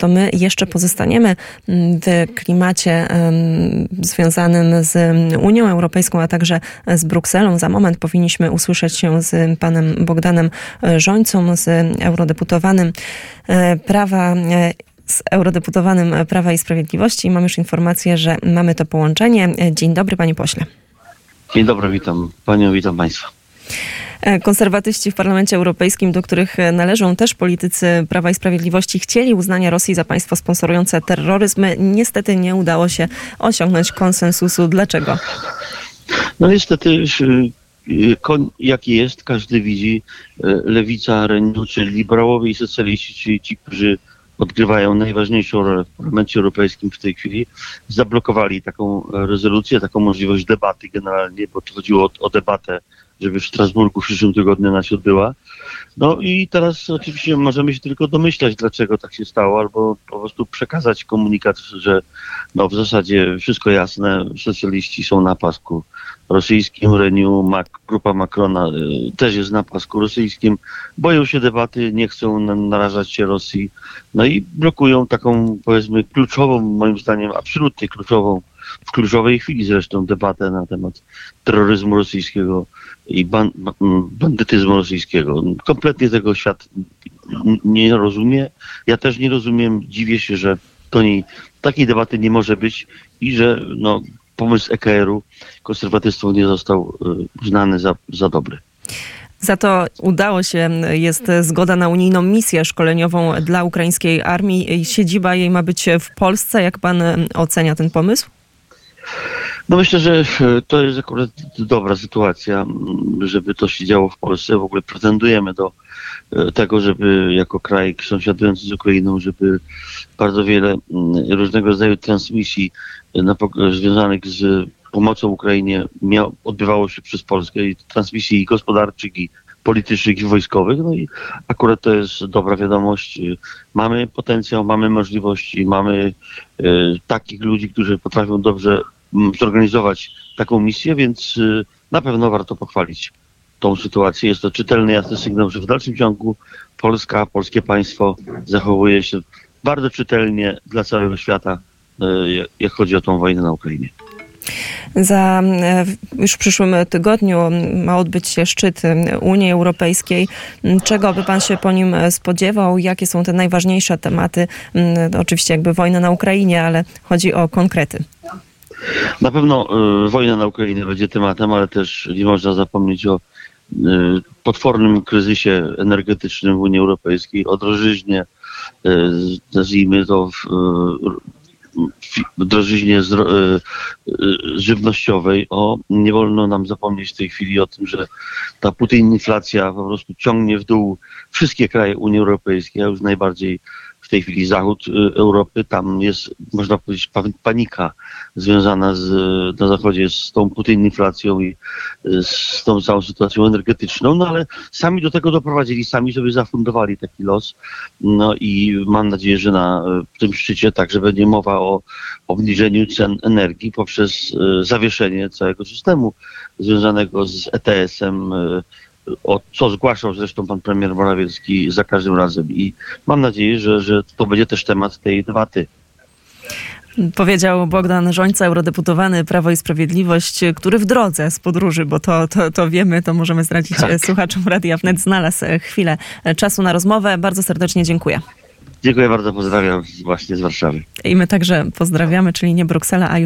to my jeszcze pozostaniemy w klimacie związanym z Unią Europejską, a także z Brukselą. Za moment powinniśmy usłyszeć się z panem Bogdanem Rzońcą, z eurodeputowanym Prawa i Sprawiedliwości. Mam już informację, że mamy to połączenie. Dzień dobry, panie pośle. Dzień dobry, witam panią, witam państwa. Konserwatyści w Parlamencie Europejskim, do których należą też politycy Prawa i Sprawiedliwości, chcieli uznania Rosji za państwo sponsorujące terroryzm. Niestety nie udało się osiągnąć konsensusu. Dlaczego? No niestety, jaki jest, każdy widzi. Lewica, Renew, czyli liberałowie i socjaliści, czyli ci, którzy odgrywają najważniejszą rolę w Parlamencie Europejskim w tej chwili, zablokowali taką rezolucję, taką możliwość debaty generalnie, bo to chodziło o debatę, żeby w Strasburgu w przyszłym tygodniu ona się odbyła. No i teraz oczywiście możemy się tylko domyślać, dlaczego tak się stało, albo po prostu przekazać komunikat, że no w zasadzie wszystko jasne, socjaliści są na pasku rosyjskim, Renew, grupa Macrona też jest na pasku rosyjskim, boją się debaty, nie chcą narażać się Rosji, no i blokują taką, powiedzmy, kluczową, moim zdaniem absolutnie kluczową, w kluczowej chwili zresztą, debatę na temat terroryzmu rosyjskiego i bandytyzmu rosyjskiego. Kompletnie tego świat nie rozumie. Ja też nie rozumiem, dziwię się, że takiej debaty nie może być i że pomysł EKR-u, konserwatystwom, nie został uznany za dobry. Za to udało się, jest zgoda na unijną misję szkoleniową dla ukraińskiej armii. Siedziba jej ma być w Polsce. Jak pan ocenia ten pomysł? No myślę, że to jest akurat dobra sytuacja, żeby to się działo w Polsce. W ogóle pretendujemy do tego, żeby jako kraj sąsiadujący z Ukrainą, żeby bardzo wiele różnego rodzaju transmisji związanych z pomocą Ukrainie odbywało się przez Polskę, i transmisji gospodarczych, i politycznych, i wojskowych. No i akurat to jest dobra wiadomość. Mamy potencjał, mamy możliwości, mamy takich ludzi, którzy potrafią dobrze zorganizować taką misję, więc na pewno warto pochwalić tą sytuację. Jest to czytelny, jasny sygnał, że w dalszym ciągu polskie państwo zachowuje się bardzo czytelnie dla całego świata, jak chodzi o tą wojnę na Ukrainie. Już w przyszłym tygodniu ma odbyć się szczyt Unii Europejskiej. Czego by pan się po nim spodziewał? Jakie są te najważniejsze tematy? Oczywiście jakby wojna na Ukrainie, ale chodzi o konkrety. Na pewno wojna na Ukrainie będzie tematem, ale też nie można zapomnieć o potwornym kryzysie energetycznym w Unii Europejskiej, o drożyźnie, nazwijmy to drożyźnie żywnościowej. Nie wolno nam zapomnieć w tej chwili o tym, że ta putinflacja po prostu ciągnie w dół wszystkie kraje Unii Europejskiej, a już najbardziej w tej chwili zachód Europy. Tam jest, można powiedzieć, panika związana na zachodzie z tą putinflacją i z tą całą sytuacją energetyczną, no ale sami do tego doprowadzili, sami sobie zafundowali taki los. No i mam nadzieję, że na tym szczycie także będzie mowa o obniżeniu cen energii poprzez zawieszenie całego systemu związanego z ETS-em, co zgłaszał zresztą pan premier Morawiecki za każdym razem, i mam nadzieję, że to będzie też temat tej debaty. Powiedział Bogdan Rzońca, eurodeputowany Prawo i Sprawiedliwość, który w drodze z podróży, bo to wiemy, to możemy zdradzić słuchaczom Radia Wnet, znalazł chwilę czasu na rozmowę. Bardzo serdecznie dziękuję. Dziękuję bardzo, pozdrawiam właśnie z Warszawy. I my także pozdrawiamy, czyli nie Bruksela, a